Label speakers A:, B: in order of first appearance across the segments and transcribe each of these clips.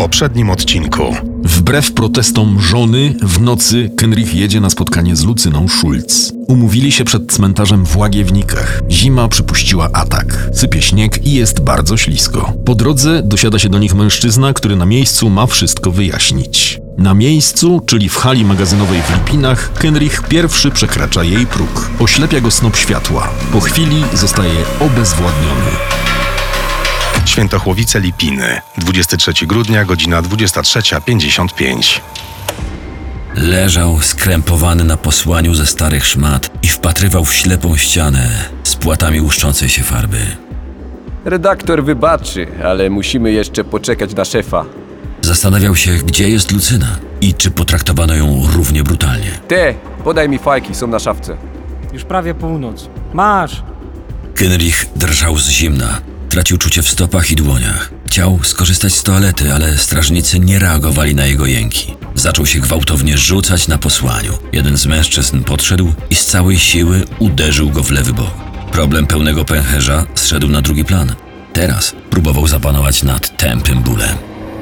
A: poprzednim odcinku.
B: Wbrew protestom żony, w nocy Kenrich jedzie na spotkanie z Lucyną Schultz. Umówili się przed cmentarzem w Łagiewnikach. Zima przypuściła atak. Sypie śnieg i jest bardzo ślisko. Po drodze dosiada się do nich mężczyzna, który na miejscu ma wszystko wyjaśnić. Na miejscu, czyli w hali magazynowej w Lipinach, Kenrich pierwszy przekracza jej próg. Oślepia go snop światła. Po chwili zostaje obezwładniony.
A: Świętochłowice Lipiny, 23 grudnia, godzina 23:55.
C: Leżał skrępowany na posłaniu ze starych szmat i wpatrywał w ślepą ścianę z płatami łuszczącej się farby.
D: Redaktor wybaczy, ale musimy jeszcze poczekać na szefa.
C: Zastanawiał się, gdzie jest Lucyna i czy potraktowano ją równie brutalnie.
D: Podaj mi fajki, są na szafce.
E: Już prawie północ. Masz!
C: Kenrich drżał z zimna. Tracił czucie w stopach i dłoniach. Chciał skorzystać z toalety, ale strażnicy nie reagowali na jego jęki. Zaczął się gwałtownie rzucać na posłaniu. Jeden z mężczyzn podszedł i z całej siły uderzył go w lewy bok. Problem pełnego pęcherza zszedł na drugi plan. Teraz próbował zapanować nad tępym bólem.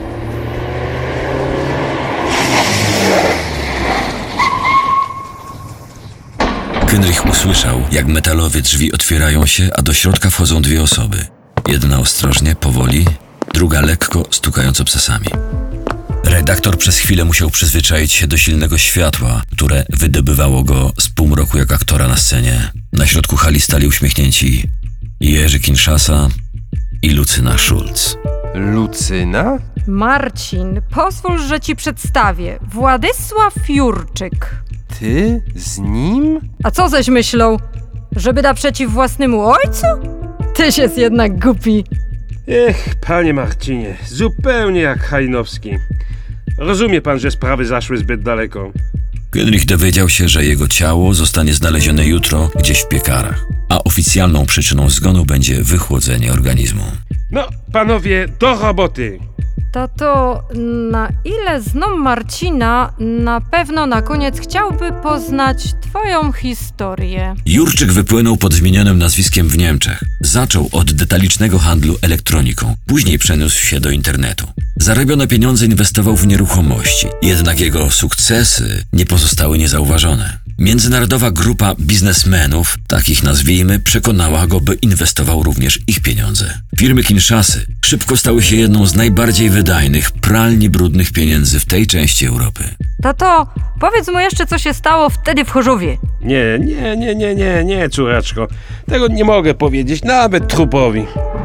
C: Kenrich usłyszał, jak metalowe drzwi otwierają się, a do środka wchodzą dwie osoby. Jedna ostrożnie, powoli, druga lekko, stukając obcasami. Redaktor przez chwilę musiał przyzwyczaić się do silnego światła, które wydobywało go z półmroku jak aktora na scenie. Na środku hali stali uśmiechnięci Jerzy Kinshasa i Lucyna Schultz.
D: Lucyna?
F: Marcin, pozwól, że ci przedstawię. Władysław Jurczyk.
D: Ty? Z nim?
F: A co żeś myślał? Żeby naprzeciw własnemu ojcu? Tyś jest jednak głupi.
G: Panie Marcinie, zupełnie jak Hajnowski. Rozumie pan, że sprawy zaszły zbyt daleko.
C: Kenrich dowiedział się, że jego ciało zostanie znalezione jutro gdzieś w piekarach, a oficjalną przyczyną zgonu będzie wychłodzenie organizmu.
G: No, panowie, do roboty!
F: Tato, na ile znam Marcina, na pewno na koniec chciałby poznać twoją historię.
C: Jurczyk wypłynął pod zmienionym nazwiskiem w Niemczech. Zaczął od detalicznego handlu elektroniką. Później przeniósł się do internetu. Zarobione pieniądze inwestował w nieruchomości. Jednak jego sukcesy nie pozostały niezauważone. Międzynarodowa grupa biznesmenów, takich nazwijmy, przekonała go, by inwestował również ich pieniądze. Firmy Kinshasy szybko stały się jedną z najbardziej wydajnych pralni brudnych pieniędzy w tej części Europy.
F: Tato, powiedz mu jeszcze, co się stało wtedy w Chorzowie.
G: Nie, córeczko. Tego nie mogę powiedzieć, nawet trupowi.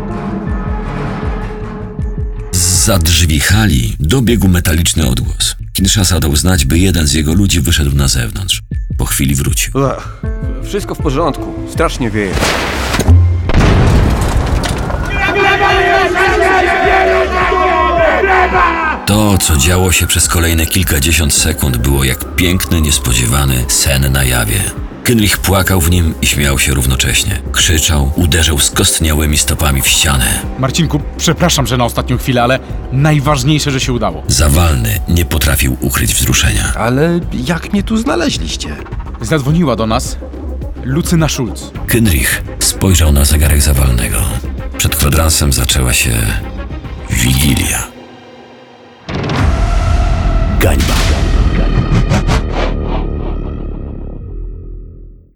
C: Zza drzwi hali dobiegł metaliczny odgłos. Kinshasa dał znać, by jeden z jego ludzi wyszedł na zewnątrz. Po chwili wrócił.
D: Wszystko w porządku, strasznie wieje.
C: To, co działo się przez kolejne kilkadziesiąt sekund, było jak piękny, niespodziewany sen na jawie. Kenrich płakał w nim i śmiał się równocześnie. Krzyczał, uderzał skostniałymi stopami w ścianę.
H: Marcinku, przepraszam, że na ostatnią chwilę, ale najważniejsze, że się udało.
C: Zawalny nie potrafił ukryć wzruszenia.
D: Ale jak mnie tu znaleźliście?
H: Zadzwoniła do nas Lucyna Schultz.
C: Kenrich spojrzał na zegarek Zawalnego. Przed kwadransem zaczęła się Wigilia. Gańba.